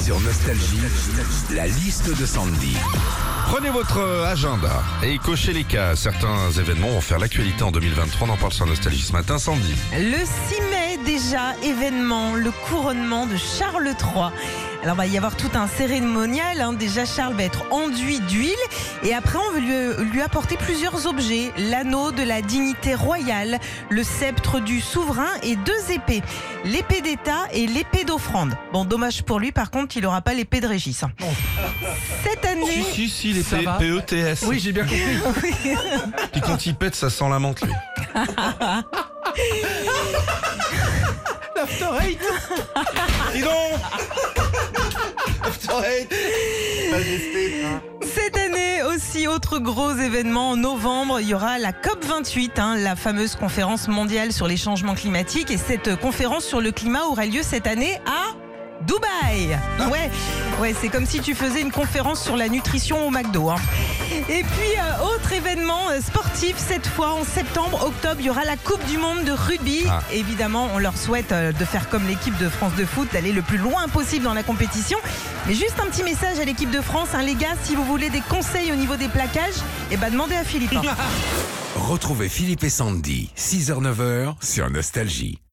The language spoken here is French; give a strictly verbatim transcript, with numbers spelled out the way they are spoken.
Sur Nostalgie, la liste de Sandy. Prenez votre agenda et cochez les cas. Certains événements vont faire l'actualité en deux mille vingt-trois. On en parle sur Nostalgie ce matin, Sandy. Le six mai déjà, événement, le couronnement de Charles trois. Alors il va y avoir tout un cérémonial, hein. Déjà Charles va être enduit d'huile et après on veut lui, lui apporter plusieurs objets. L'anneau de la dignité royale, le sceptre du souverain et deux épées. L'épée d'État et l'épée d'offrande. Bon, dommage pour lui, par contre il n'aura pas l'épée de Régis. Hein. Cette année... Si, si, si, les Ça P- va. P-E-T-S. Oui, j'ai bien compris. Puis quand il pète, ça sent la menthe, lui. L'after eight. Dis donc Cette année aussi, autre gros événement, en novembre, il y aura la COP vingt-huit, hein, la fameuse conférence mondiale sur les changements climatiques. Et cette conférence sur le climat aura lieu cette année à Dubaï. Ouais, ouais, c'est comme si tu faisais une conférence sur la nutrition au McDo. Hein. Et puis, euh, autre événement euh, sportif, cette fois en septembre, octobre, il y aura la Coupe du Monde de rugby. Ah. Évidemment, on leur souhaite euh, de faire comme l'équipe de France de foot, d'aller le plus loin possible dans la compétition. Mais juste un petit message à l'équipe de France, hein, les gars, si vous voulez des conseils au niveau des plaquages, eh ben, demandez à Philippe. Hein. Retrouvez Philippe et Sandy, six heures neuf heures sur Nostalgie.